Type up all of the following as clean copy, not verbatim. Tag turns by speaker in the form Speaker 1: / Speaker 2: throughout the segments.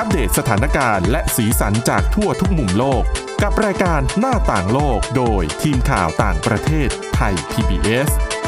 Speaker 1: อัปเดตสถานการณ์และสีสันจากทั่วทุกมุมโลกกับรายการหน้าต่างโลกโดยทีมข่าวต่างประเทศไทย PBS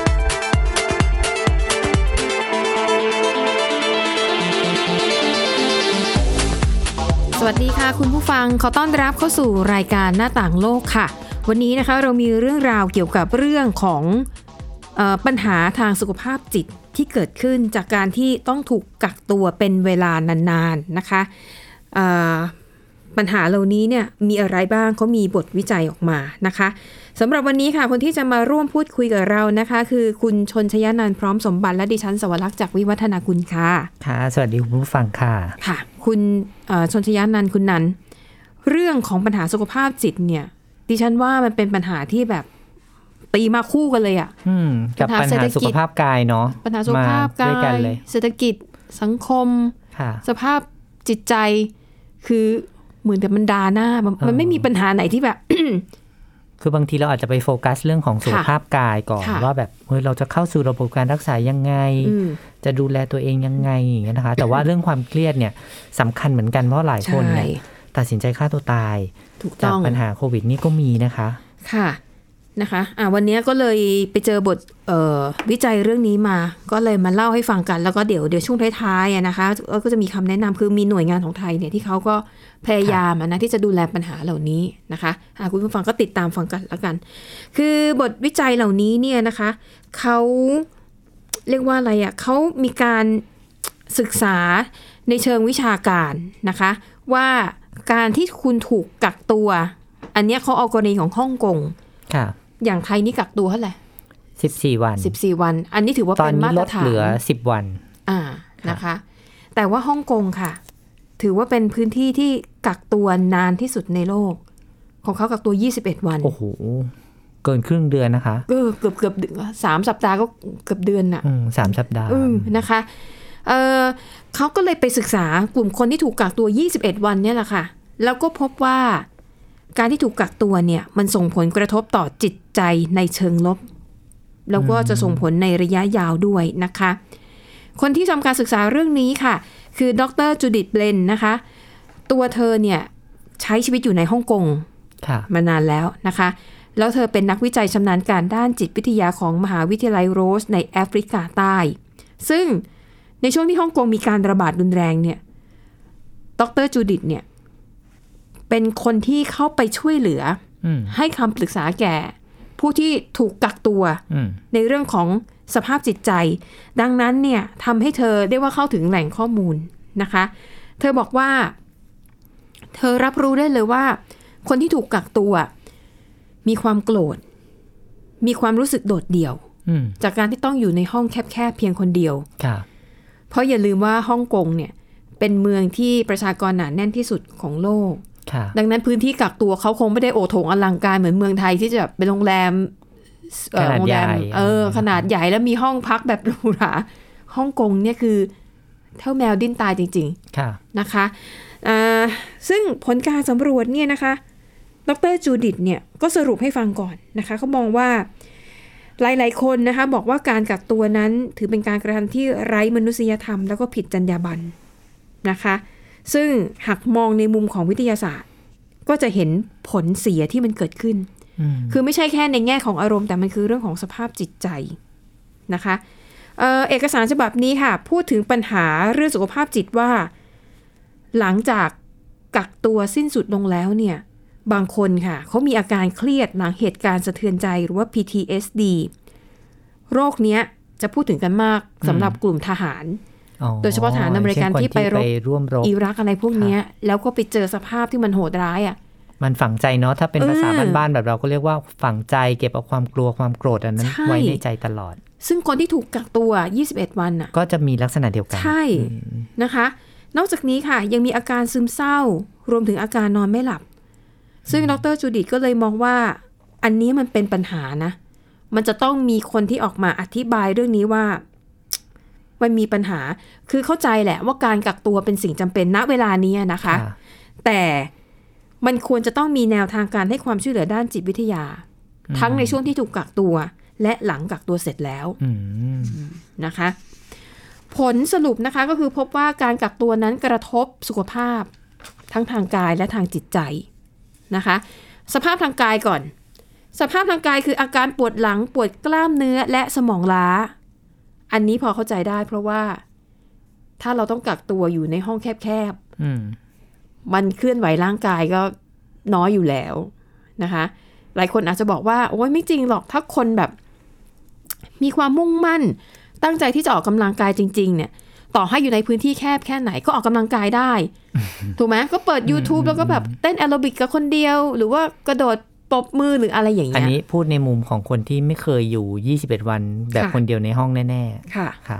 Speaker 2: สวัสดีค่ะคุณผู้ฟังขอต้อนรับเข้าสู่รายการหน้าต่างโลกค่ะวันนี้นะคะเรามีเรื่องราวเกี่ยวกับเรื่องของปัญหาทางสุขภาพจิตที่เกิดขึ้นจากการที่ต้องถูกกักตัวเป็นเวลานานๆนะคะปัญหาเหล่านี้เนี่ยมีอะไรบ้างเขามีบทวิจัยออกมานะคะสำหรับวันนี้ค่ะคนที่จะมาร่วมพูดคุยกับเรานะคะคือคุณชนชยนันท์พร้อมสมบัติและดิฉันสวรักษ์จากวิวัฒนาคุณค่ะ
Speaker 3: ค่ะสวัสดีคุณผู้ฟังค่ะ
Speaker 2: ค่ะคุณชนชยนันท์คุณนันเรื่องของปัญหาสุขภาพจิตเนี่ยดิฉันว่ามันเป็นปัญหาที่แบบตีมาคู่กันเลยอ่ะ
Speaker 3: กับปัญหาสุขภาพกายเนาะ
Speaker 2: ปัญหาสุขภาพกายเศรษฐกิจสังคมสภาพจิตใจคือเหมือนกับมันดาหน้ามันไม่มีปัญหาไหนที่แบบ
Speaker 3: คือบางทีเราอาจจะไปโฟกัสเรื่องของสุขภาพกายก่อนว่าแบบเราจะเข้าสู่ระบบการรักษายังไงจะดูแลตัวเองยังไงอย่างเงี้ยนะคะแต่ว่าเรื่องความเครียดเนี่ยสำคัญเหมือนกันเพราะหลายคนเนี่ยตัดสินใจฆ่าตัวตายจากปัญหาโควิดนี่ก็มีนะคะ
Speaker 2: ค่ะนะคะวันนี้ก็เลยไปเจอบทวิจัยเรื่องนี้มาก็เลยมาเล่าให้ฟังกันแล้วก็เดี๋ยวช่วงท้ายๆนะคะก็จะมีคำแนะนำคือมีหน่วยงานของไทยเนี่ยที่เขาก็พยายามนะที่จะดูแลปัญหาเหล่านี้นะคะคุณผู้ฟังก็ติดตามฟังกันแล้วกันคือบทวิจัยเหล่านี้เนี่ยนะคะเขาเรียกว่าอะไรอ่ะเขามีการศึกษาในเชิงวิชาการนะคะว่าการที่คุณถูกกักตัวอันนี้เขาเอากรณีของฮ่องกงอย่างไทยนี่กักตัวเท่าไหร่
Speaker 3: 14 วัน
Speaker 2: 14 วันอันนี้ถือว่าเป็นมาตรฐาน
Speaker 3: เหลือ10 วัน
Speaker 2: นะคะแต่ว่าฮ่องกงค่ะถือว่าเป็นพื้นที่ที่กักตัวนานที่สุดในโลกของเขากักตัว21 วัน
Speaker 3: โอ้โหเกินครึ่งเดือนนะคะ
Speaker 2: เกือบ3 สัปดาห์ก็เกือบเดือนน่ะ
Speaker 3: 3 สัปดาห์
Speaker 2: นะคะเขาก็เลยไปศึกษากลุ่มคนที่ถูกกักตัว21 วันเนี่ยแหละค่ะแล้วก็พบว่าการที่ถูกกักตัวเนี่ยมันส่งผลกระทบต่อจิตใจในเชิงลบแล้วก็จะส่งผลในระยะยาวด้วยนะคะคนที่ทำการศึกษาเรื่องนี้ค่ะคือดร.จูดิธ เบลนนะคะตัวเธอเนี่ยใช้ชีวิตอยู่ในฮ่องกงมานานแล้วนะคะแล้วเธอเป็นนักวิจัยชำนาญการด้านจิตวิทยาของมหาวิทยาลัยโรสในแอฟริกาใต้ซึ่งในช่วงที่ฮ่องกงมีการระบาดรุนแรงเนี่ยดร.จูดิธเนี่ยเป็นคนที่เข้าไปช่วยเหลือให้คำปรึกษาแก่ผู้ที่ถูกกักตัวในเรื่องของสภาพจิตใจดังนั้นเนี่ยทำให้เธอได้ว่าเข้าถึงแหล่งข้อมูลนะคะเธอบอกว่าเธอรับรู้ได้เลยว่าคนที่ถูกกักตัวมีความโกรธมีความรู้สึกโดดเดี่ยวจากการที่ต้องอยู่ในห้องแคบๆเพียงคนเดียวเพราะอย่าลืมว่าฮ่องกงเนี่ยเป็นเมืองที่ประชากรหนาแน่นที่สุดของโลกดังนั้นพื้นที่กักตัวเขาคงไม่ได้โอโถงอลังการเหมือนเมืองไทยที่จะเป็นโรงแรม
Speaker 3: ขนาดใหญ่
Speaker 2: ขนาดใหญ่แล้วมีห้องพักแบบหรูหราฮ่องกงเนี่ยคือเท่าแมวดิ้นตายจริงๆนะคะซึ่งผลการสำรวจเนี่ยนะคะดร.จูดิธเนี่ยก็สรุปให้ฟังก่อนนะคะเขามองว่าหลายๆคนนะคะบอกว่าการกักตัวนั้นถือเป็นการกระทำที่ไร้มนุษยธรรมแล้วก็ผิดจรรยาบรรณนะคะซึ่งหากมองในมุมของวิทยาศาสตร์ก็จะเห็นผลเสียที่มันเกิดขึ้นคือไม่ใช่แค่ในแง่ของอารมณ์แต่มันคือเรื่องของสภาพจิตใจนะคะเอกสารฉบับนี้ค่ะพูดถึงปัญหาเรื่องสุขภาพจิตว่าหลังจากกักตัวสิ้นสุดลงแล้วเนี่ยบางคนค่ะเขามีอาการเครียดหลังเหตุการณ์สะเทือนใจหรือว่า PTSD โรคเนี้ยจะพูดถึงกันมากสำหรับกลุ่มทหารโดยเฉพาะทหารอเมริกันที่ไปร่วมรบอิรักอะไรพวกนี้แล้วก็ไปเจอสภาพที่มันโหดร้ายอ่ะ
Speaker 3: มันฝังใจเนาะถ้าเป็นภาษาบ้านๆแบบเราก็เรียกว่าฝังใจเก็บเอาความกลัวความโกรธอันนั้นไว้ในใจตลอด
Speaker 2: ซึ่งคนที่ถูกกักตัว21 วันน่ะ
Speaker 3: ก็จะมีลักษณะเดียวกัน
Speaker 2: ใช่นะคะนอกจากนี้ค่ะยังมีอาการซึมเศร้ารวมถึงอาการนอนไม่หลับซึ่งดร.จูดิธก็เลยมองว่าอันนี้มันเป็นปัญหานะมันจะต้องมีคนที่ออกมาอธิบายเรื่องนี้ว่ามันมีปัญหาคือเข้าใจแหละว่าการกักตัวเป็นสิ่งจำเป็นณเวลานี้นะคะแต่มันควรจะต้องมีแนวทางการให้ความช่วยเหลือด้านจิตวิทยาทั้งในช่วงที่ถูกกักตัวและหลังกักตัวเสร็จแล้วนะคะผผลสรุปนะคะก็คือพบว่าการกักตัวนั้นกระทบสุขภาพทั้งทางกายและทางจิตใจนะคะสภาพทางกายก่อนสภาพทางกายคืออาการปวดหลังปวดกล้ามเนื้อและสมองล้าอันนี้พอเข้าใจได้เพราะว่าถ้าเราต้องกักตัวอยู่ในห้องแคบๆมันเคลื่อนไหวร่างกายก็น้อยอยู่แล้วนะคะหลายคนอาจจะบอกว่าโอ๊ยไม่จริงหรอกถ้าคนแบบมีความมุ่งมั่นตั้งใจที่จะออกกำลังกายจริงๆเนี่ยต่อให้อยู่ในพื้นที่แคบแค่ไหนก็ออกกำลังกายได้ ถูกไหมก็เปิด YouTube แล้วก็แบบเต้นแอโรบิกกับคนเดียวหรือว่ากระโดดปรบมือหรืออะไรอย่างเงี้ย
Speaker 3: อันนี้พูดในมุมของคนที่ไม่เคยอยู่21วันแบบคนเดียวในห้องแน่ๆ
Speaker 2: ค่ะ
Speaker 3: ค่ะ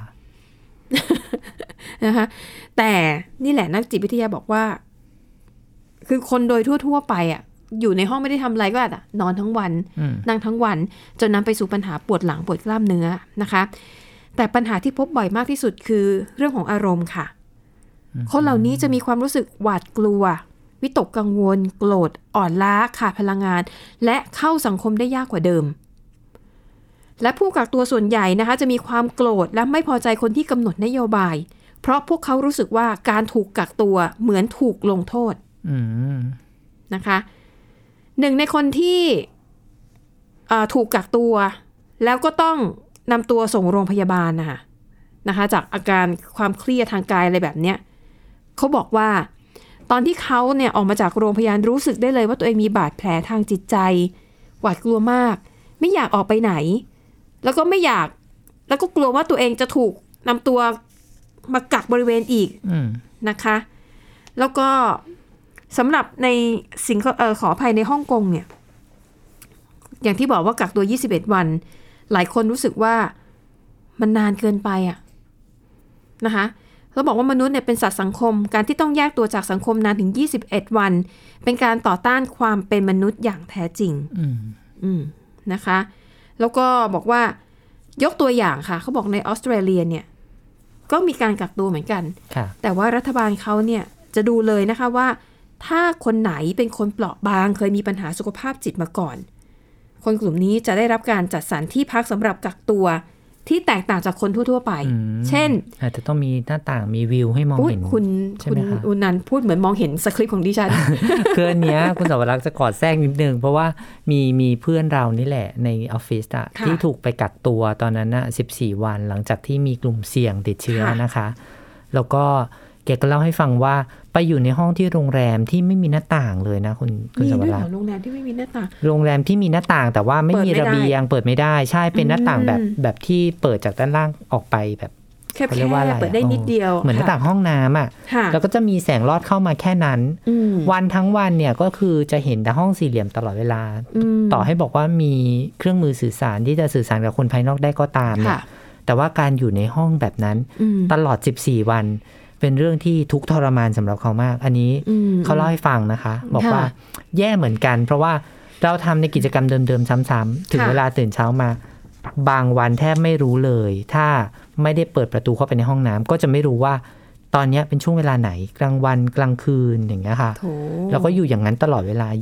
Speaker 2: นะคะแต่นี่แหละนักจิตวิทยาบอกว่าคือคนโดยทั่วๆไปอ่ะอยู่ในห้องไม่ได้ทำอะไรก็อาจจะนอนทั้งวันนั่งทั้งวันจนนำไปสู่ปัญหาปวดหลังปวดกล้ามเนื้อนะคะแต่ปัญหาที่พบบ่อยมากที่สุดคือเรื่องของอารมณ์ค่ะคนเหล่านี้จะมีความรู้สึกหวาดกลัววิตกกังวลโกรธอ่อนล้าขาดพลังงานและเข้าสังคมได้ยากกว่าเดิมและผู้กักตัวส่วนใหญ่นะคะจะมีความโกรธและไม่พอใจคนที่กำหนดนโยบายเพราะพวกเขารู้สึกว่าการถูกกักตัวเหมือนถูกลงโทษนะคะหนึ่งในคนที่ถูกกักตัวแล้วก็ต้องนำตัวส่งโรงพยาบาลนะคะจากอาการความเครียดทางกายอะไรแบบเนี้ยเขาบอกว่าตอนที่เขาเนี่ยออกมาจากโรงพยาบาลรู้สึกได้เลยว่าตัวเองมีบาดแผลทางจิตใจหวาดกลัวมากไม่อยากออกไปไหนแล้วก็ไม่อยากแล้วก็กลัวว่าตัวเองจะถูกนำตัวมากักบริเวณอีกนะคะแล้วก็สำหรับในขออภัยในฮ่องกงเนี่ยอย่างที่บอกว่ากักตัว21วันหลายคนรู้สึกว่ามันนานเกินไปนะคะเขาบอกว่ามนุษย์เนี่ยเป็นสัตว์สังคมการที่ต้องแยกตัวจากสังคมนานถึง21วันเป็นการต่อต้านความเป็นมนุษย์อย่างแท้จริงนะคะแล้วก็บอกว่ายกตัวอย่างค่ะเขาบอกในออสเตรเลียเนี่ยก็มีการกักตัวเหมือนกันแต่ว่ารัฐบาลเขาเนี่ยจะดูเลยนะคะว่าถ้าคนไหนเป็นคนเปราะบางเคยมีปัญหาสุขภาพจิตมาก่อนคนกลุ่มนี้จะได้รับการจัดสรรที่พักสำหรับกักตัวที่แตกต่างจากคนทั่วๆไปเช่น
Speaker 3: อาจจะต้องมีหน้าต่างมีวิวให้มองเห็น
Speaker 2: คุณอุนันพูดเหมือนมองเห็นสคริปต์ของดิฉัน
Speaker 3: คืออันเนี้ยคุณสวรักษ์จะกอดแทรกนิดนึงเพราะว่ามีเพื่อนเรานี่แหละในออฟฟิศที่ถูกไปกักตัวตอนนั้น14วันหลังจากที่มีกลุ่มเสี่ยงติดเชื้อนะคะแล้วก็แกก็เล่าให้ฟังว่าไปอยู่ในห้องที่โรงแรมที่ไม่มีหน้าต่างเลยนะคุณสวรักษ์
Speaker 2: โรงแรมที่ไม่มีหน้าต่าง
Speaker 3: โรงแรมที่มีหน้าต่างแต่ว่าไม่มีระเบียงเปิดไม่ได้ใช่เป็นหน้าต่างแบบที่เปิดจากด้านล่างออกไปแบบ
Speaker 2: แค่เปิดได้นิดเดียว
Speaker 3: เหมือนหน้าต่างห้องน้ำแล้วก็จะมีแสงลอดเข้ามาแค่นั้นวันทั้งวันเนี่ยก็คือจะเห็นแต่ห้องสี่เหลี่ยมตลอดเวลาต่อให้บอกว่ามีเครื่องมือสื่อสารที่จะสื่อสารกับคนภายนอกได้ก็ตามเนี่ยแต่ว่าการอยู่ในห้องแบบนั้นตลอด14วันเป็นเรื่องที่ทุกข์ทรมานสำหรับเขามากอันนี้เขาเล่าให้ฟังนะคะบอกว่าแย่เหมือนกันเพราะว่าเราทำในกิจกรรมเดิมๆซ้ำๆถึงเวลาตื่นเช้ามาบางวันแทบไม่รู้เลยถ้าไม่ได้เปิดประตูเข้าไปในห้องน้ำก็จะไม่รู้ว่าตอนนี้เป็นช่วงเวลาไหนกลางวันกลางคืนอย่างเงี้ยค่ะแล้วก็อยู่อย่างนั้นตลอดเวลา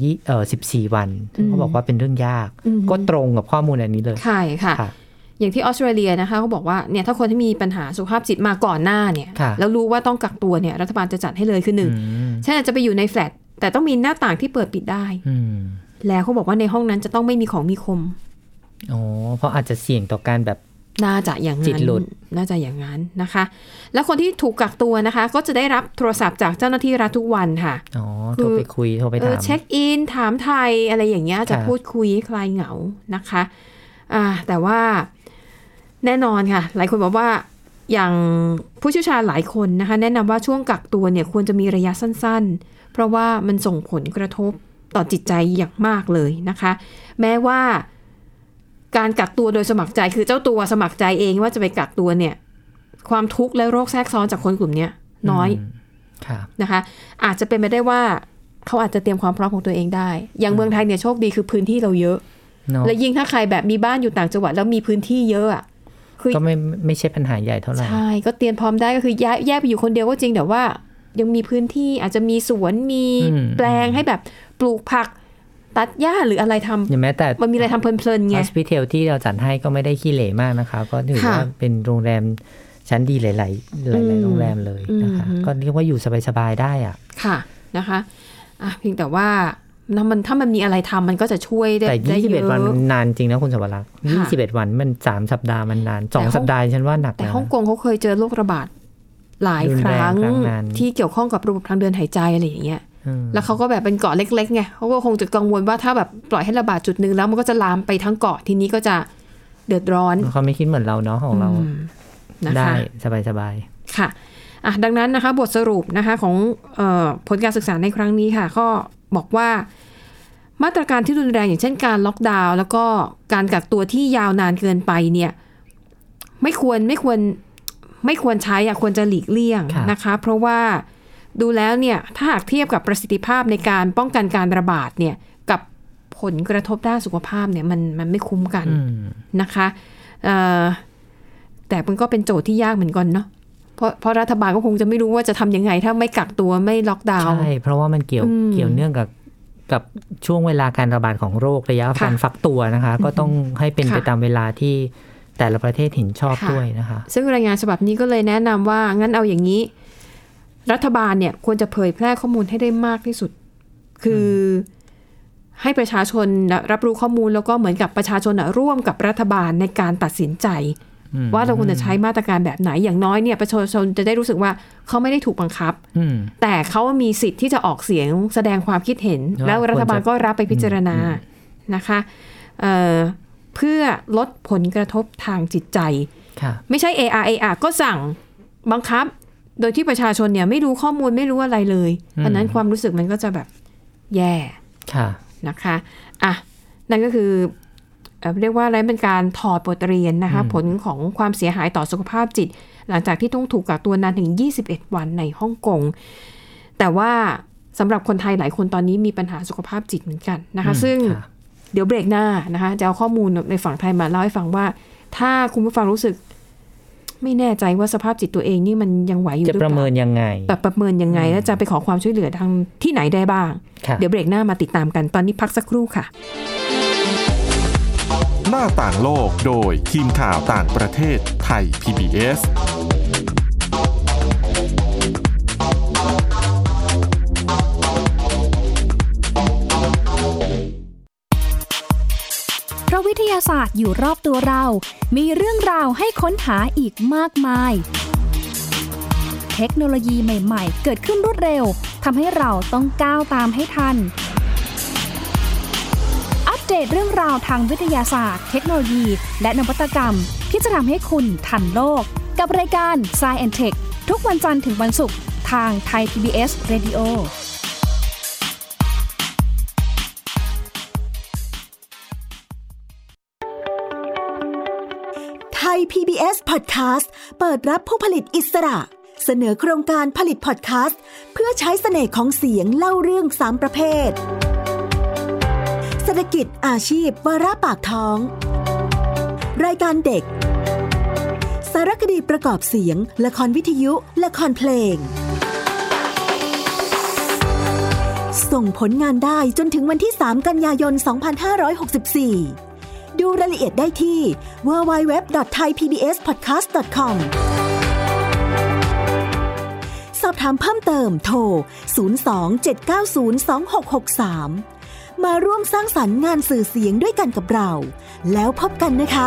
Speaker 3: 14วันเขาบอกว่าเป็นเรื่องยากก็ตรงกับข้อมูลอันนี้เลย
Speaker 2: ใช่ค่ะอย่างที่ออสเตรเลียนะคะเขาบอกว่าเนี่ยถ้าคนที่มีปัญหาสุขภาพจิตมาก่อนหน้าเนี่ยแล้วรู้ว่าต้องกักตัวเนี่ยรัฐบาลจะจัดให้เลยคือ1เช่นอาจจะไปอยู่ในแฟลตแต่ต้องมีหน้าต่างที่เปิดปิดได้แล้วเขาบอกว่าในห้องนั้นจะต้องไม่มีของมีคม
Speaker 3: อ๋อเพราะอาจจะเสี่ยงต่อการแบบ
Speaker 2: น่าจะอย่างนั้นจิตหลุดน่าจะอย่างนั้นนะคะแล้วคนที่ถูกกักตัวนะคะก็จะได้รับโทรศัพท์จากเจ้าหน้าที่รัฐทุกวันค่ะ
Speaker 3: อ๋อโทรไปคุยโทรไปถาม
Speaker 2: เช็คอินถามไทยอะไรอย่างเงี้ยจะพูดคุยคลายเหงานะคะแต่ว่าแน่นอนค่ะหลายคนบอกว่าอย่างผู้เชี่ยวชาญหลายคนนะคะแนะนำว่าช่วงกักตัวเนี่ยควรจะมีระยะสั้นๆเพราะว่ามันส่งผลกระทบต่อจิตใจอย่างมากเลยนะคะแม้ว่าการกักตัวโดยสมัครใจคือเจ้าตัวสมัครใจเองว่าจะไปกักตัวเนี่ยความทุกข์และโรคแทรกซ้อนจากคนกลุ่มนี้น้อยนะคะอาจจะเป็นไปได้ว่าเขาอาจจะเตรียมความพร้อมของตัวเองได้อย่างเมืองไทยเนี่ยโชคดีคือพื้นที่เราเยอะและยิ่งถ้าใครแบบมีบ้านอยู่ต่างจังหวัดแล้วมีพื้นที่เยอะ
Speaker 3: ก็ไม่ใช่ปัญหาใหญ่เท่าไหร่
Speaker 2: ใช่ก็เตรียมพร้อมได้ก็คือแยกไปอยู่คนเดียวก็จริงแต่ว่ายังมีพื้นที่อาจจะมีสวนมีแปลงให้แบบปลูกผักตัดหญ้าหรืออะไรทำ
Speaker 3: อย่างแม้แต่
Speaker 2: มันมีอะไรทำเพลินๆไง
Speaker 3: Hospital ที่เราจัดให้ก็ไม่ได้ขี้เหร่มากนะคะก็ถือว่าเป็นโรงแรมชั้นดีหลายโรงแรมเลยนะคะก็เรียกว่าอยู่สบายๆได้อ่ะ
Speaker 2: ค่ะนะคะเพียงแต่ว่าถ้ามันมีอะไรทำมันก็จะช่วยได้
Speaker 3: แต่21วันนานจริงนะคุณสวรักษ์21วันมัน3สัปดาห์มันนาน2สัปดาห์ฉันว่าหนัก
Speaker 2: แต่ฮ่องกงเขาเคยเจอโรคระบาดหลายครั้งที่เกี่ยวข้องกับระบบทางเดินหายใจอะไรอย่างเงี้ยแล้วเขาก็แบบเป็นเกาะเล็กๆไงเขาก็คงจะกังวลว่าถ้าแบบปล่อยให้ระบาดจุดนึงแล้วมันก็จะลามไปทั้งเกาะทีนี้ก็จะเดือดร้อน
Speaker 3: เขาไม่คิดเหมือนเราเนาะของเราได้สบาย
Speaker 2: ๆค่ะดังนั้นนะคะบทสรุปนะคะของผลการศึกษาในครั้งนี้ค่ะก็บอกว่ามาตรการที่รุนแรงอย่างเช่นการล็อกดาวน์แล้วก็การกักตัวที่ยาวนานเกินไปเนี่ยไม่ควรใช้ควรจะหลีกเลี่ยงนะคะเพราะว่าดูแล้วเนี่ยถ้าหากเทียบกับประสิทธิภาพในการป้องกันการระบาดเนี่ยกับผลกระทบด้านสุขภาพเนี่ยมันไม่คุ้มกันนะคะแต่มันก็เป็นโจทย์ที่ยากเหมือนกันเนาะเพราะรัฐบาลก็คงจะไม่รู้ว่าจะทำยังไงถ้าไม่กักตัวไม่ล็อกดาวน์
Speaker 3: ใช่เพราะว่ามันเกี่ยวเนื่องกับช่วงเวลาการระบาดของโรคระยะการฟักตัวนะคะก็ต้องให้เป็นไปตามเวลาที่แต่ละประเทศเห็นชอบด้วยนะคะ
Speaker 2: ซึ่งรายงานฉบับนี้ก็เลยแนะนำว่างั้นเอาอย่างนี้รัฐบาลเนี่ยควรจะเผยแพร่ข้อมูลให้ได้มากที่สุดคือให้ประชาชนรับรู้ข้อมูลแล้วก็เหมือนกับประชาชนร่วมกับรัฐบาลในการตัดสินใจว่าเราควรจะใช้มาตรการแบบไหนอย่างน้อยเนี่ยประชาชนจะได้รู้สึกว่าเขาไม่ได้ถูกบังคับแต่เขามีสิทธิ์ที่จะออกเสียงแสดงความคิดเห็นแล้วรัฐบาลก็รับไปพิจารณานะคะเพื่อลดผลกระทบทางจิตใจไม่ใช่ AR ก็สั่งบังคับโดยที่ประชาชนเนี่ยไม่รู้ข้อมูลไม่รู้อะไรเลยเพราะนั้นความรู้สึกมันก็จะแบบแย่นะคะนั่นก็คือเรียกว่าอะไรเป็นการถอดบทเรียนนะคะผลของความเสียหายต่อสุขภาพจิตหลังจากที่ต้องถูกกักตัวนานถึง21วันในฮ่องกงแต่ว่าสำหรับคนไทยหลายคนตอนนี้มีปัญหาสุขภาพจิตเหมือนกันนะคะซึ่งเดี๋ยวเบรกหน้านะคะจะเอาข้อมูลในฝั่งไทยมาเล่าให้ฟังว่าถ้าคุณผู้ฟังรู้สึกไม่แน่ใจว่าสภาพจิตตัวเองนี่มันยังไหวอยู่หรือเปล่า
Speaker 3: จะประเมินยังไง
Speaker 2: แบบประเมินยังไงแล้วจะไปขอความช่วยเหลือทางที่ไหนได้บ้างเดี๋ยวเบรกหน้ามาติดตามกันตอนนี้พักสักครู่ค่ะ
Speaker 1: หน้าต่างโลกโดยทีมข่าวต่างประเทศไทย PBS
Speaker 4: เพราะวิทยาศาสตร์อยู่รอบตัวเรามีเรื่องราวให้ค้นหาอีกมากมายเทคโนโลยีใหม่ๆเกิดขึ้นรวดเร็วทำให้เราต้องก้าวตามให้ทันอัปเดตเรื่องราวทางวิทยาศาสตร์เทคโนโลยีและนวัตกรรมที่จะทำให้คุณทันโลกกับรายการ Science and Tech ทุกวันจันทร์ถึงวันศุกร์ทางไทย PBS Radio
Speaker 5: ไทย PBS Podcast เปิดรับผู้ผลิตอิสระเสนอโครงการผลิตพอดแคสต์เพื่อใช้เสน่ห์ของเสียงเล่าเรื่อง3ประเภทเศรษฐกิจอาชีพวาระปากท้องรายการเด็กสารคดีประกอบเสียงละครวิทยุละครเพลงส่งผลงานได้จนถึงวันที่3กันยายน2564ดูรายละเอียดได้ที่ www.thaipbspodcast.com สอบถามเพิ่มเติมโทร 02-790-2663 มาร่วมสร้างสรรค์งานสื่อเสียงด้วยกันกับเราแล้วพบกันนะคะ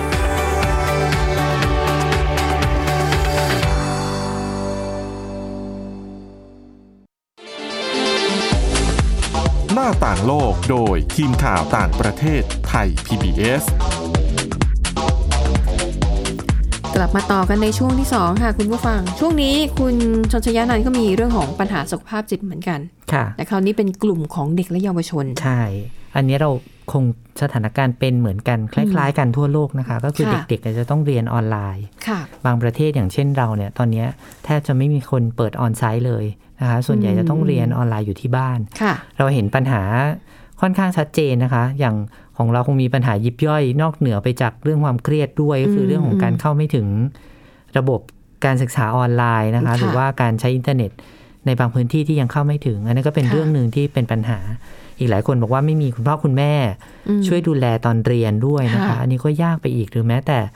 Speaker 1: หน้าต่างโลกโดยทีมข่าวต่างประเทศไทย PBS
Speaker 2: กลับมาต่อกันในช่วงที่2ค่ะคุณผู้ฟังช่วงนี้คุณชนชยานันท์ก็มีเรื่องของปัญหาสุขภาพจิตเหมือนกันแต่คราวนี้เป็นกลุ่มของเด็กและเยาวชน
Speaker 3: ใช่อันนี้เราคงสถานการณ์เป็นเหมือนกันคล้ายๆกันทั่วโลกนะคะก็คือเด็กๆจะต้องเรียนออนไลน์บางประเทศอย่างเช่นเราเนี่ยตอนนี้แทบจะไม่มีคนเปิดออนไซต์เลยนะคะส่วนใหญ่จะต้องเรียนออนไลน์อยู่ที่บ้านเราเห็นปัญหาค่อนข้างชัดเจนนะคะอย่างของเราคงมีปัญหายิบย่อยนอกเหนือไปจากเรื่องความเครียดด้วยก็คือเรื่องของการเข้าไม่ถึงระบบการศึกษาออนไลน์นะคะหรือว่าการใช้อินเทอร์เน็ตในบางพื้นที่ที่ยังเข้าไม่ถึงอันนี้ก็เป็นเรื่องนึงที่เป็นปัญหาอีกหลายคนบอกว่าไม่มีคุณพ่อคุณแม่ช่วยดูแลตอนเรียนด้วยนะคะอันนี้ก็ยากไปอีกหรือแม้แต่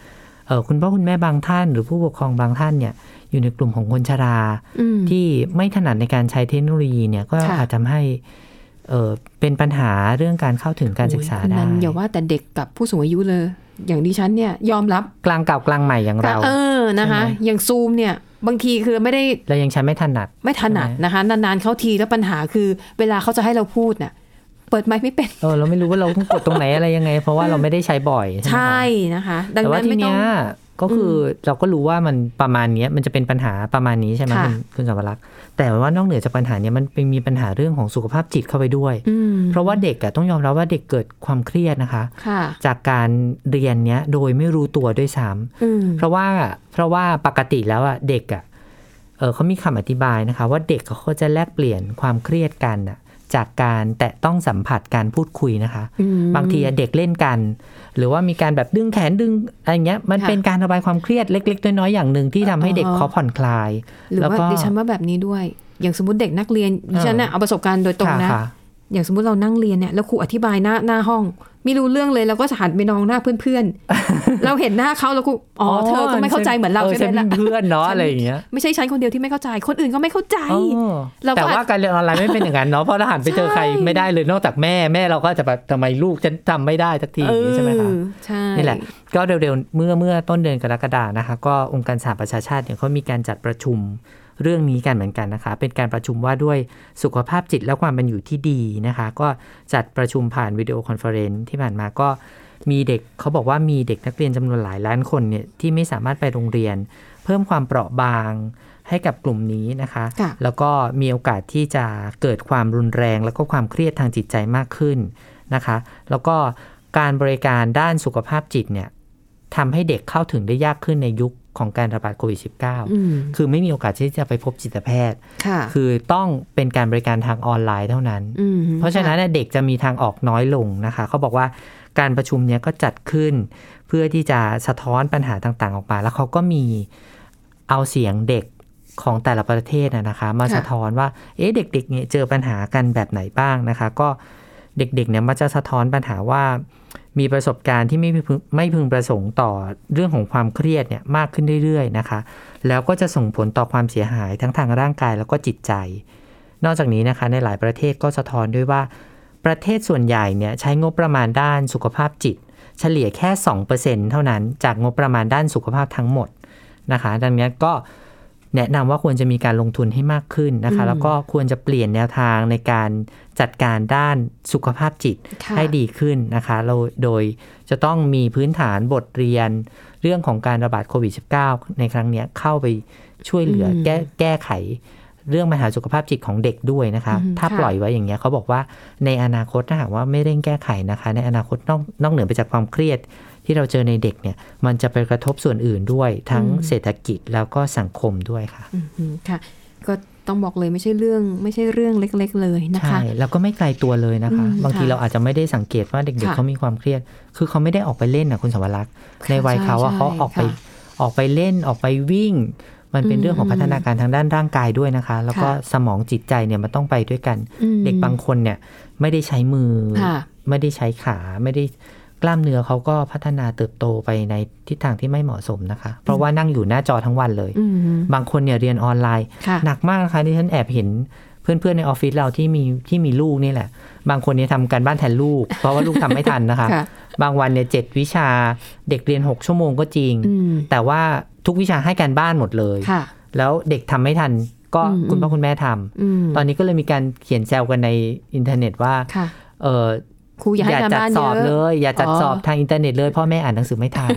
Speaker 3: คุณพ่อคุณแม่บางท่านหรือผู้ปกครองบางท่านเนี่ยอยู่ในกลุ่มของคนชราที่ไม่ถนัดในการใช้เทคโนโลยีเนี่ยก็อาจทำให้เป็นปัญหาเรื่องการเข้าถึงการศึกษาได้
Speaker 2: อย่าว่าแต่เด็กกับผู้สูงอายุเลยอย่างดิฉันเนี่ยยอมรับ
Speaker 3: กลางเก่ากลางใหม่อย่างเรา
Speaker 2: นะคะอย่างซูมเนี่ยบางทีคือไม่ได้
Speaker 3: เรายังใช้ไม่ถนัด
Speaker 2: นะคะนานๆเข้าทีแล้วปัญหาคือเวลาเขาจะให้เราพูดน่ะเปิดไมค์ไม่เป็น
Speaker 3: เราไม่รู้ว่าเราต้องกดตรงไหนอะไรยังไงเพราะว่าเราไม่ได้ใช้บ่อย
Speaker 2: ใช่นะคะดังนั้นไม่ต้อง
Speaker 3: ก็คือเราก็รู้ว่ามันประมาณนี้มันจะเป็นปัญหาประมาณนี้ใช่ไหมคุณสวรักษ์แต่ว่านอกเหนือจากปัญหานี้มันเป็นมีปัญหาเรื่องของสุขภาพจิตเข้าไปด้วยเพราะว่าเด็กต้องยอมรับว่าเด็กเกิดความเครียดนะคะจากการเรียนเนี้ยโดยไม่รู้ตัวด้วยซ้ำเพราะว่าปกติแล้วเด็กเขามีคำอธิบายนะคะว่าเด็กเขาจะแลกเปลี่ยนความเครียดกันจากการแตะต้องสัมผัสการพูดคุยนะคะบางทีเด็กเล่นกันหรือว่ามีการแบบดึงแขนดึงอะไรเงี้ยมันเป็นการระบายความเครียดเล็กๆน้อยๆอย่างหนึ่งที่ทำให้เด็กเขาผ่อนคลาย
Speaker 2: หรือว่าดิฉันว่าแบบนี้ด้วยอย่างสมมติเด็กนักเรียนดิฉันเนี่ยเอาประสบการณ์โดยตรงนะอย่างสมมติเรานั่งเรียนเนี่ยแล้วครูอธิบายหน้าห้องไม่รู้เรื่องเลยเราก็หันไปมองหน้าเพื่อนๆเราเห็นหน้าเขาแล้วก็เธอก็ไม่เข้าใจเหมือนเราใช่ไหมล่ะ
Speaker 3: เพื่อนเนาะอะไรอย่างเงี้ย
Speaker 2: ไม่ใช่ฉันคนเดียวที่ไม่เข้าใจคนอื่นก็ไม่เข้าใจ
Speaker 3: แต่ว่าการเรียนออนไลน์ไม่เป็นอย่างนั้นเนาะเพราะเราหันไปเจอใครไม่ได้เลยนอกจากแม่เราก็จะแบบทำไมลูกฉันจำไม่ได้สักทีใช่ไหมคะนี่แหละก็เร็วๆเมื่อต้นเดือนกรกฎาคมนะคะก็องค์การสหประชาชาติเนี่ยเขามีการจัดประชุมเรื่องนี้กันเหมือนกันนะคะเป็นการประชุมว่าด้วยสุขภาพจิตและความเป็นอยู่ที่ดีนะคะก็จัดประชุมผ่านวิดีโอคอนเฟอเรนซ์ที่ผ่านมาก็มีเด็กเขาบอกว่ามีเด็กนักเรียนจำนวนหลายล้านคนเนี่ยที่ไม่สามารถไปโรงเรียนเพิ่มความเปราะบางให้กับกลุ่มนี้นะคะแล้วก็มีโอกาสที่จะเกิดความรุนแรงแล้วก็ความเครียดทางจิตใจมากขึ้นนะคะแล้วก็การบริการด้านสุขภาพจิตเนี่ยทำให้เด็กเข้าถึงได้ยากขึ้นในยุคของการระบาดโควิด -19 คือไม่มีโอกาสที่จะไปพบจิตแพทย์คือต้องเป็นการบริการทางออนไลน์เท่านั้นเพราะฉะนั้นเด็กจะมีทางออกน้อยลงนะคะเขาบอกว่าการประชุมนี้ก็จัดขึ้นเพื่อที่จะสะท้อนปัญหาต่างๆออกมาแล้วเขาก็มีเอาเสียงเด็กของแต่ละประเทศนะคะมาสะท้อนว่าเด็กๆเนี่ยเจอปัญหากันแบบไหนบ้างนะคะก็เด็กๆเนี่ยมันจะสะท้อนปัญหาว่ามีประสบการณ์ที่ไม่พึงประสงค์ต่อเรื่องของความเครียดเนี่ยมากขึ้นเรื่อยๆนะคะแล้วก็จะส่งผลต่อความเสียหายทั้งทางร่างกายแล้วก็จิตใจนอกจากนี้นะคะในหลายประเทศก็สะท้อนด้วยว่าประเทศส่วนใหญ่เนี่ยใช้งบประมาณด้านสุขภาพจิตเฉลี่ยแค่ 2% เท่านั้นจากงบประมาณด้านสุขภาพทั้งหมดนะคะดังนั้นก็แนะนำว่าควรจะมีการลงทุนให้มากขึ้นนะคะแล้วก็ควรจะเปลี่ยนแนวทางในการจัดการด้านสุขภาพจิตให้ดีขึ้นนะคะโดยจะต้องมีพื้นฐานบทเรียนเรื่องของการระบาดโควิด -19 ในครั้งนี้เข้าไปช่วยเหลือแก้ไขเรื่องปัญหาสุขภาพจิตของเด็กด้วยนะคะถ้าปล่อยไว้อย่างเงี้ยเขาบอกว่าในอนาคตถ้าหากว่าไม่เร่งแก้ไขนะคะในอนาคตนอกเหนือไปจากความเครียดที่เราเจอในเด็กเนี่ยมันจะไปกระทบส่วนอื่นด้วยทั้งเศรษฐกิจแล้วก็สังคมด้วยค่ะ
Speaker 2: ค่ะก็ต้องบอกเลยไม่ใช่เรื่องเล็กๆเลยนะคะ
Speaker 3: ใช่แล้วก็ไม่ไกลตัวเลยนะคะบางทีเราอาจจะไม่ได้สังเกตว่าเด็กๆเขามีความเครียดคือเขาไม่ได้ออกไปเล่นนะคุณสวรักษ์ในวัยเขาว่าเขาออกไปเล่นออกไปวิ่งมันเป็นเรื่องของพัฒนาการทางด้านร่างกายด้วยนะคะแล้วก็สมองจิตใจเนี่ยมันต้องไปด้วยกันเด็กบางคนเนี่ยไม่ได้ใช้มือไม่ได้ใช้ขาไม่ได้กล้ามเนื้อเขาก็พัฒนาเติบโตไปในทิศทางที่ไม่เหมาะสมนะคะเพราะว่านั่งอยู่หน้าจอทั้งวันเลยบางคนเนี่ยเรียนออนไลน์หนักมากนะคะที่ฉันแอบเห็นเพื่อนๆในออฟฟิศเราที่มีลูกนี่แหละบางคนเนี่ยทำการบ้านแทนลูกเพราะว่าลูกทำไม่ทันนะคะบางวันเนี่ย7วิชาเด็กเรียน6ชั่วโมงก็จริงแต่ว่าทุกวิชาให้การบ้านหมดเลยแล้วเด็กทำไม่ทันก็คุณพ่อคุณแม่ทำตอนนี้ก็เลยมีการเขียนแซวกันในอินเทอร์เน็ตว่า
Speaker 2: ครูอย่าจัด
Speaker 3: สอบเลยอย่าจัดสอบทางอินเทอร์เน็ตเลยพ่อแม่อ่านหนังสือไม่ทัน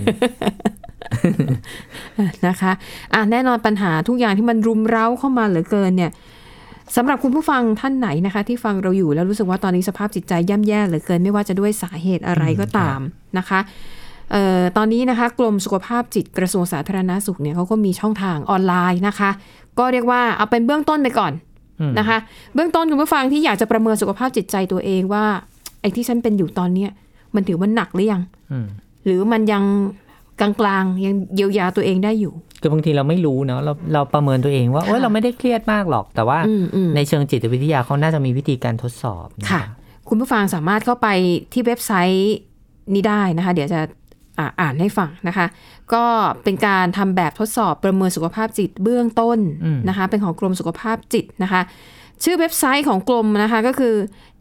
Speaker 2: นะคะแน่นอนปัญหาทุกอย่างที่มันรุมเร้าเข้ามาเหลือเกินเนี่ยสำหรับคุณผู้ฟังท่านไหนนะคะที่ฟังเราอยู่แล้วรู้สึกว่าตอนนี้สภาพจิตใจย่ำแย่เหลือเกินไม่ว่าจะด้วยสาเหตุอะไรก็ตามนะคะตอนนี้นะคะกรมสุขภาพจิตกระทรวงสาธารณสุขเนี่ยเขาก็มีช่องทางออนไลน์นะคะก็เรียกว่าเอาเป็นเบื้องต้นไปก่อนนะคะเบื้องต้นคุณผู้ฟังที่อยากจะประเมินสุขภาพจิตใจตัวเองว่าไอ้ที่ฉันเป็นอยู่ตอนนี้มันถือว่าหนักหรือยังหรือมันยังกลางๆยังเยียวยาตัวเองได้อยู่
Speaker 3: คือบางทีเราไม่รู้เนาะเราประเมินตัวเองว่าเราไม่ได้เครียดมากหรอกแต่ว่าในเชิงจิตวิทยาเขาน่าจะมีวิธีการทดสอบ
Speaker 2: ค่ะคุณผู้ฟังสามารถเข้าไปที่เว็บไซต์นี้ได้นะคะเดี๋ยวจะอ่านให้ฟังนะคะก็เป็นการทำแบบทดสอบประเมินสุขภาพจิตเบื้องต้นนะคะเป็นของกรมสุขภาพจิตนะคะชื่อเว็บไซต์ของกรมนะคะก็คือ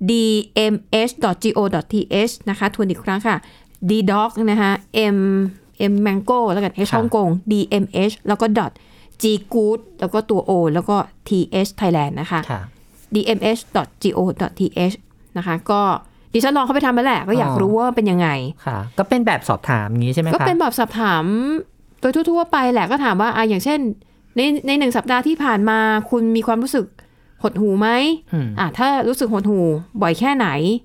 Speaker 2: dmh.go.th นะคะทวนอีกครั้งค่ะ ddoc นะคะ m mango แล้วกัน h ฮ่องกง dmh แล้วก็ .ggood แล้วก็ตัว o แล้วก็ th Thailand นะคะ dmh.go.th นะคะก็ดิฉันลองเข้าไปทำมาแหละก็อยากรู้ว่าเป็นยังไง
Speaker 3: ค่ะก็เป็นแบบสอบถามอย่างนี้ใช่ไหมคะ
Speaker 2: ก็เป็นแบบสอบถามโดยทั่วๆไปแหละก็ถามว่าอย่างเช่นใน1 สัปดาห์ที่ผ่านมาคุณมีความรู้สึกหดหูไหมถ้ารู้สึกหดหูบ่อยแค่ไหน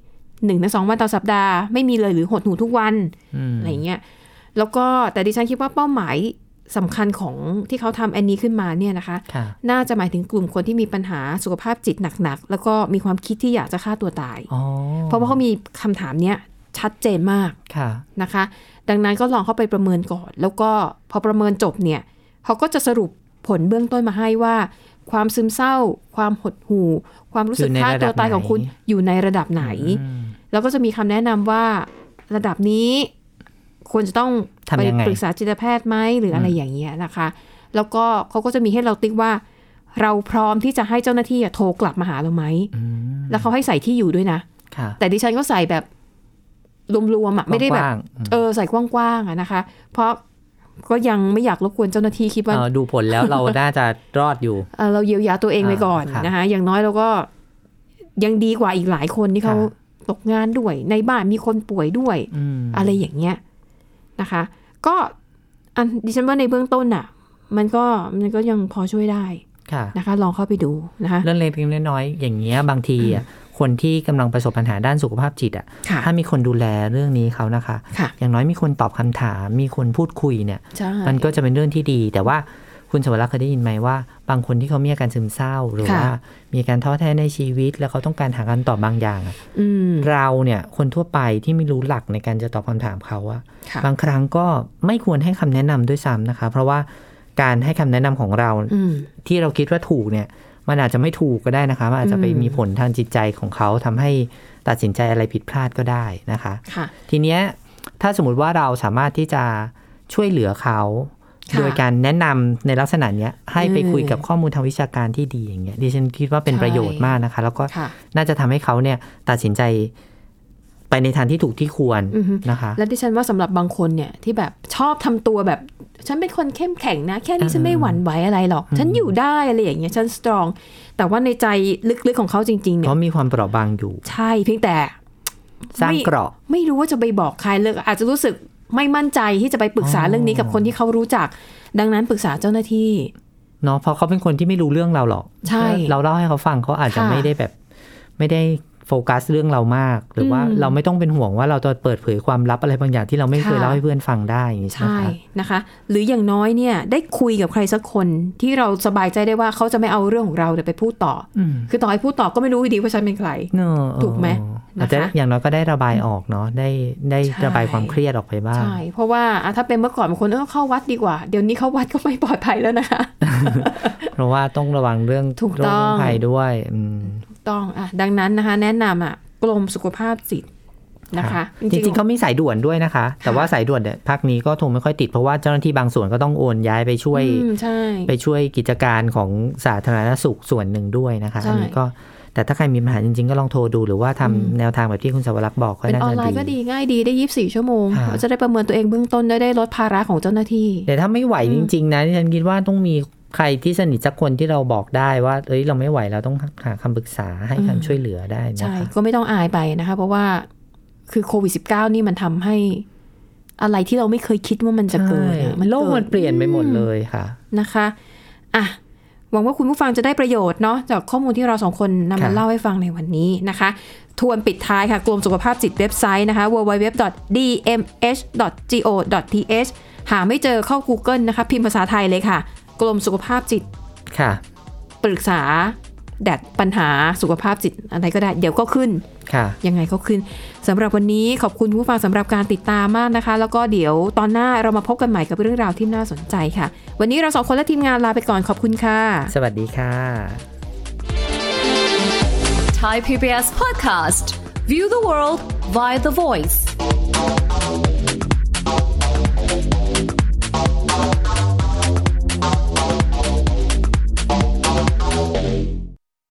Speaker 2: 1-2 วันต่อสัปดาห์ไม่มีเลยหรือหดหูทุกวันอะไรเงี้ยแล้วก็แต่ดิฉันคิดว่าเป้าหมายสำคัญของที่เขาทำอันนี้ขึ้นมาเนี่ยนะคะน่าจะหมายถึงกลุ่มคนที่มีปัญหาสุขภาพจิตหนักๆแล้วก็มีความคิดที่อยากจะฆ่าตัวตายเพราะว่าเขามีคำถามเนี้ยชัดเจนมากนะคะดังนั้นก็ลองเข้าไปประเมินก่อนแล้วก็พอประเมินจบเนี่ยเขาก็จะสรุปผลเบื้องต้นมาให้ว่าความซึมเศร้าความหดหู่ความรู้สึกฆ่าตัวตายของคุณอยู่ในระดับไหนแล้วก็จะมีคำแนะนำว่าระดับนี้ควรจะต้องไปปรึกษาจิตแพทย์ไหมหรืออะไรอย่างเงี้ยนะคะแล้วก็เขาก็จะมีให้เราติ๊กว่าเราพร้อมที่จะให้เจ้าหน้าที่โทรกลับมาหาเราไหมแล้วเขาให้ใส่ที่อยู่ด้วยนะแต่ดิฉันก็ใส่แบบรวมๆไม่ได้แบบใส่กว้างๆนะคะเพราะก็ยังไม่อยากรบกวนเจ้าหน้าที่คิดว่า
Speaker 3: ดูผลแล้วเราน่าจะรอดอยู่
Speaker 2: เราเยียวยาตัวเองไปก่อนนะคะอย่างน้อยเราก็ยังดีกว่าอีกหลายคนที่เขาตกงานด้วยในบ้านมีคนป่วยด้วยอะไรอย่างเงี้ยนะคะก็ดิฉันว่าในเบื้องต้นมันก็ยังพอช่วยได้นะคะลองเข้าไปดูนะคะ
Speaker 3: เรื่องเล็กๆน้อยๆอย่างเงี้ยบางทีคนที่กำลังประสบปัญหาด้านสุขภาพจิตถ้ามีคนดูแลเรื่องนี้เขานะคะอย่างน้อยมีคนตอบคำถามมีคนพูดคุยเนี่ยมันก็จะเป็นเรื่องที่ดีแต่ว่าคุณชวรักษ์เคยได้ยินไหมว่าบางคนที่เขามีอาการซึมเศร้าหรือว่ามีการท้อแท้ในชีวิตแล้วเขาต้องการหาคำตอบบางอย่างเราเนี่ยคนทั่วไปที่ไม่รู้หลักในการจะตอบคำถามเขาบางครั้งก็ไม่ควรให้คำแนะนำด้วยซ้ำนะคะเพราะว่าการให้คำแนะนำของเราที่เราคิดว่าถูกเนี่ยมันอาจจะไม่ถูกก็ได้นะคะมันอาจจะไปมีผลทางจิตใจของเขาทำให้ตัดสินใจอะไรผิดพลาดก็ได้นะคะทีเนี้ยถ้าสมมติว่าเราสามารถที่จะช่วยเหลือเขาโดยการแนะนำในลักษณะนี้ให้ไปคุยกับข้อมูลทางวิชาการที่ดีอย่างเงี้ยดิฉันคิดว่าเป็นประโยชน์มากนะคะแล้วก็น่าจะทำให้เขาเนี่ยตัดสินใจไปในทางที่ถูกที่ควรนะคะ
Speaker 2: และดิฉันว่าสำหรับบางคนเนี่ยที่แบบชอบทำตัวแบบฉันเป็นคนเข้มแข็งนะแค่นี้ฉันไม่หวั่นไหวอะไรหรอกฉันอยู่ได้อะไรอย่างเงี้ยฉันสตรองแต่ว่าในใจลึกๆของเขาจริงๆเนี่ย
Speaker 3: เขามีความเปราะบางอยู่
Speaker 2: ใช่เพียงแต่
Speaker 3: สร้างเกราะ
Speaker 2: ไม่รู้ว่าจะไปบอกใครเลยอาจจะรู้สึกไม่มั่นใจที่จะไปปรึกษาเรื่องนี้กับคนที่เขารู้จักดังนั้นปรึกษาเจ้าหน้าที่
Speaker 3: เนาะเพราะเขาเป็นคนที่ไม่รู้เรื่องเราหรอก
Speaker 2: ใช่
Speaker 3: เราเล่าให้เขาฟังเขาอาจจะไม่ได้แบบไม่ได้โฟกัสเรื่องเรามากหรือว่าเราไม่ต้องเป็นห่วงว่าเราจะเปิดเผยความลับอะไรบางอย่างที่เราไม่เคยเล่าให้เพื่อนฟังได้อย่างนี้ใช่
Speaker 2: นะคะหรืออย่างน้อยเนี่ยได้คุยกับใครสักคนที่เราสบายใจได้ว่าเขาจะไม่เอาเรื่องของเราไปพูดต่อคือต่อให้พูดต่อก็ไม่รู้ดีว่าฉันเป็นใครถูกไหม
Speaker 3: อาจจะอย่างน้อยก็ได้ระบายออกเนาะได้ระบายความเครียดออกไปบ้าง
Speaker 2: ใช่เพราะว่าถ้าเป็นเมื่อก่อนบางคนเข้าวัดดีกว่าเดี๋ยวนี้เข้าวัดก็ไม่ปลอดภัยแล้วนะคะ
Speaker 3: เพราะว่าต้องระวังเรื่องโรคภัยด้วย
Speaker 2: ต้องดังนั้นนะคะแนะนำกรมสุขภาพจิตนะคะ
Speaker 3: จริงๆเขามีสายด่วนด้วยนะคะแต่ว่าสายด่วนเนี่ยภาคนี้ก็โทรไม่ค่อยติดเพราะว่าเจ้าหน้าที่บางส่วนก็ต้องโอนย้ายไปช่วยกิจการของสาธารณสุขส่วนหนึ่งด้วยนะคะอันนี้ก็แต่ถ้าใครมีปัญหาจริงๆก็ลองโทรดูหรือว่าทำแนวทางแบบที่คุณสวรักษ์บอกก็
Speaker 2: น่าจะดีเป็นออนไลน์ก็ดีง่ายดีได้24ชั่วโมงจะได้ประเมินตัวเองเบื้องต้นได้ลดภาระของเจ้าหน้าที่
Speaker 3: แต่ถ้าไม่ไหวจริงๆนะฉันคิดว่าต้องมีใครที่สนิทสักคนที่เราบอกได้ว่าเราไม่ไหวเราต้องหาคำปรึกษาให้คำช่วยเหลือได้นะคะ
Speaker 2: ใช่ก็ไม่ต้องอายไปนะคะเพราะว่าคือโควิด -19 นี่มันทำให้อะไรที่เราไม่เคยคิดว่ามันจะเกิด
Speaker 3: โลกมันเปลี่ยนไปหมดเลยค่ะ
Speaker 2: นะคะหวังว่าคุณผู้ฟังจะได้ประโยชน์เนาะจากข้อมูลที่เราสองคนนำมาเล่าให้ฟังในวันนี้นะคะทวนปิดท้ายค่ะกรมสุขภาพจิตเว็บไซต์นะคะ www.dmh.go.th หาไม่เจอเข้า Google นะคะพิมพ์ภาษาไทยเลยค่ะกรมสุขภาพจิต
Speaker 3: ค่ะ
Speaker 2: ปรึกษาปัญหาสุขภาพจิตอะไรก็ได้เดี๋ยวก็ขึ้นยังไงก็ขึ้นสำหรับวันนี้ขอบคุณผู้ฟังสำหรับการติดตามมากนะคะแล้วก็เดี๋ยวตอนหน้าเรามาพบกันใหม่กับเรื่องราวที่น่าสนใจค่ะวันนี้เราสองคนและทีมงานลาไปก่อนขอบคุณค่ะ
Speaker 3: สวัสดีค่ะ
Speaker 4: Thai PBS Podcast View the world via the voice